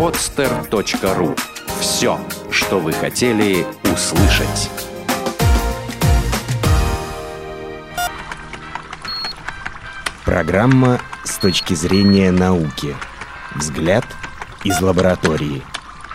podster.ru. Все, что вы хотели услышать. Программа «С точки зрения науки». Взгляд из лаборатории.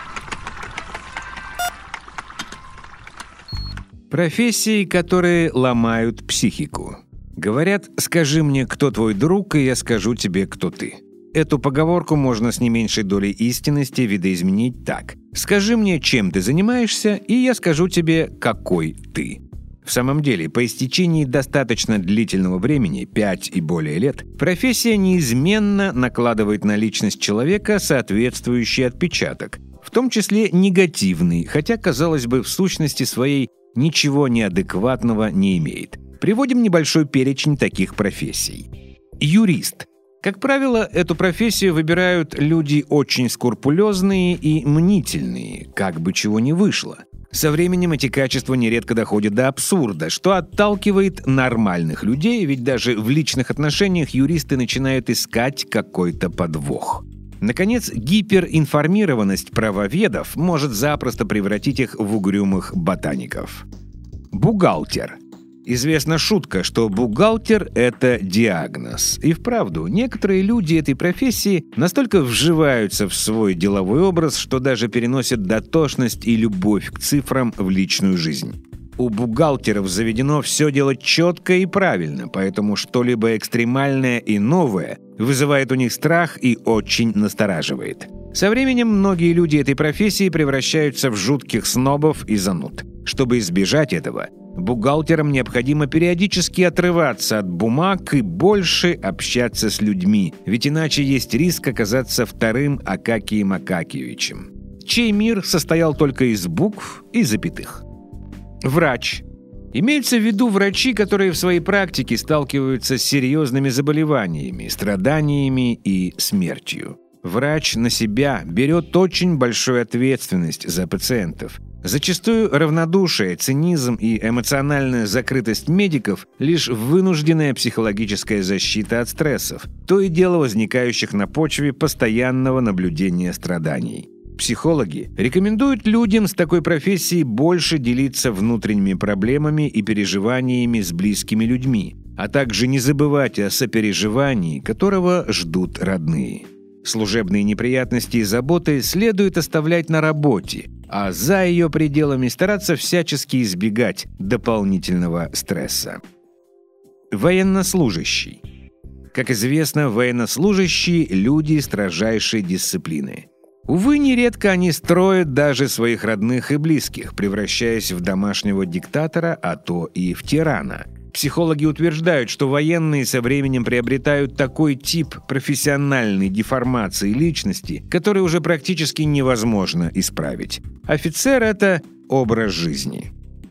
Профессии, которые ломают психику. Говорят, скажи мне, кто твой друг, и я скажу тебе, кто ты. Эту поговорку можно с не меньшей долей истинности видоизменить так. Скажи мне, чем ты занимаешься, и я скажу тебе, какой ты. В самом деле, по истечении достаточно длительного времени, 5 и более лет, профессия неизменно накладывает на личность человека соответствующий отпечаток, в том числе негативный, хотя, казалось бы, в сущности своей ничего неадекватного не имеет. Приводим небольшой перечень таких профессий. Юрист. Как правило, эту профессию выбирают люди очень скрупулезные и мнительные, как бы чего ни вышло. Со временем эти качества нередко доходят до абсурда, что отталкивает нормальных людей, ведь даже в личных отношениях юристы начинают искать какой-то подвох. Наконец, гиперинформированность правоведов может запросто превратить их в угрюмых ботаников. Бухгалтер. Известна шутка, что бухгалтер – это диагноз. И вправду, некоторые люди этой профессии настолько вживаются в свой деловой образ, что даже переносят дотошность и любовь к цифрам в личную жизнь. У бухгалтеров заведено все делать четко и правильно, поэтому что-либо экстремальное и новое вызывает у них страх и очень настораживает. Со временем многие люди этой профессии превращаются в жутких снобов и зануд. Чтобы избежать этого, бухгалтерам необходимо периодически отрываться от бумаг и больше общаться с людьми, ведь иначе есть риск оказаться вторым Акакием Акакиевичем, чей мир состоял только из букв и запятых. Врач. Имеются в виду врачи, которые в своей практике сталкиваются с серьезными заболеваниями, страданиями и смертью. Врач на себя берет очень большую ответственность за пациентов. Зачастую равнодушие, цинизм и эмоциональная закрытость медиков – лишь вынужденная психологическая защита от стрессов, то и дело возникающих на почве постоянного наблюдения страданий. Психологи рекомендуют людям с такой профессией больше делиться внутренними проблемами и переживаниями с близкими людьми, а также не забывать о сопереживании, которого ждут родные. Служебные неприятности и заботы следует оставлять на работе, а за ее пределами стараться всячески избегать дополнительного стресса. Военнослужащий. Как известно, военнослужащие – люди строжайшей дисциплины. Увы, нередко они строят даже своих родных и близких, превращаясь в домашнего диктатора, а то и в тирана. Психологи утверждают, что военные со временем приобретают такой тип профессиональной деформации личности, который уже практически невозможно исправить. Офицер – это образ жизни.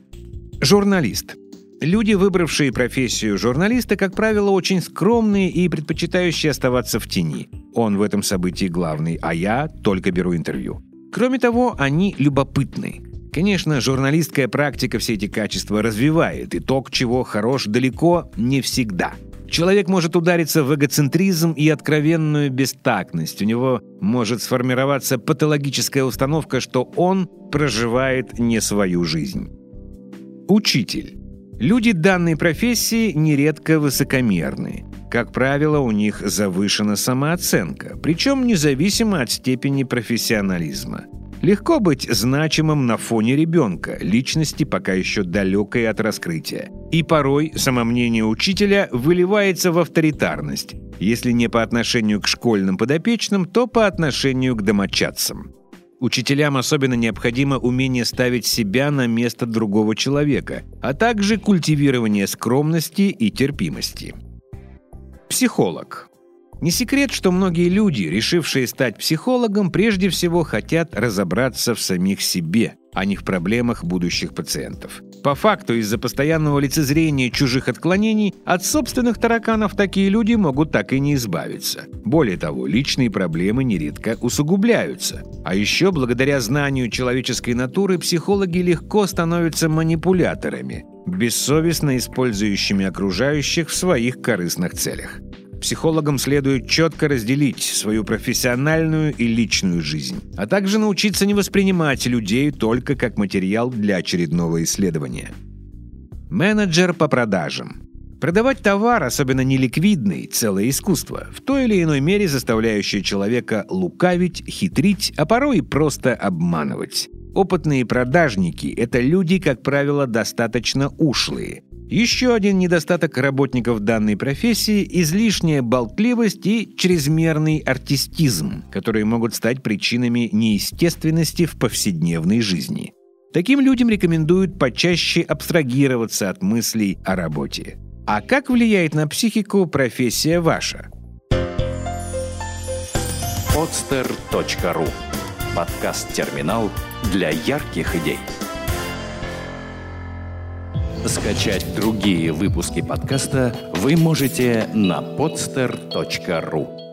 Журналист. Люди, выбравшие профессию журналиста, как правило, очень скромные и предпочитающие оставаться в тени. Он в этом событии главный, а я только беру интервью. Кроме того, они любопытны. Конечно, журналистская практика все эти качества развивает, и то, к чему хорош далеко не всегда. Человек может удариться в эгоцентризм и откровенную бестактность. У него может сформироваться патологическая установка, что он проживает не свою жизнь. Учитель. Люди данной профессии нередко высокомерны. Как правило, у них завышена самооценка, причем независимо от степени профессионализма. Легко быть значимым на фоне ребенка, личности пока еще далекой от раскрытия. И порой самомнение учителя выливается в авторитарность, если не по отношению к школьным подопечным, то по отношению к домочадцам. Учителям особенно необходимо умение ставить себя на место другого человека, а также культивирование скромности и терпимости. Психолог. Не секрет, что многие люди, решившие стать психологом, прежде всего хотят разобраться в самих себе, а не в проблемах будущих пациентов. По факту, из-за постоянного лицезрения чужих отклонений, от собственных тараканов такие люди могут так и не избавиться. Более того, личные проблемы нередко усугубляются. А еще, благодаря знанию человеческой натуры, психологи легко становятся манипуляторами, бессовестно использующими окружающих в своих корыстных целях. Психологам следует четко разделить свою профессиональную и личную жизнь, а также научиться не воспринимать людей только как материал для очередного исследования. Менеджер по продажам. Продавать товар, особенно неликвидный, целое искусство, в той или иной мере заставляющее человека лукавить, хитрить, а порой и просто обманывать. Опытные продажники – это люди, как правило, достаточно ушлые. Еще один недостаток работников данной профессии – излишняя болтливость и чрезмерный артистизм, которые могут стать причинами неестественности в повседневной жизни. Таким людям рекомендуют почаще абстрагироваться от мыслей о работе. А как влияет на психику профессия ваша? Podster.ru. Подкаст-терминал для ярких идей. Скачать другие выпуски подкаста вы можете на podster.ru.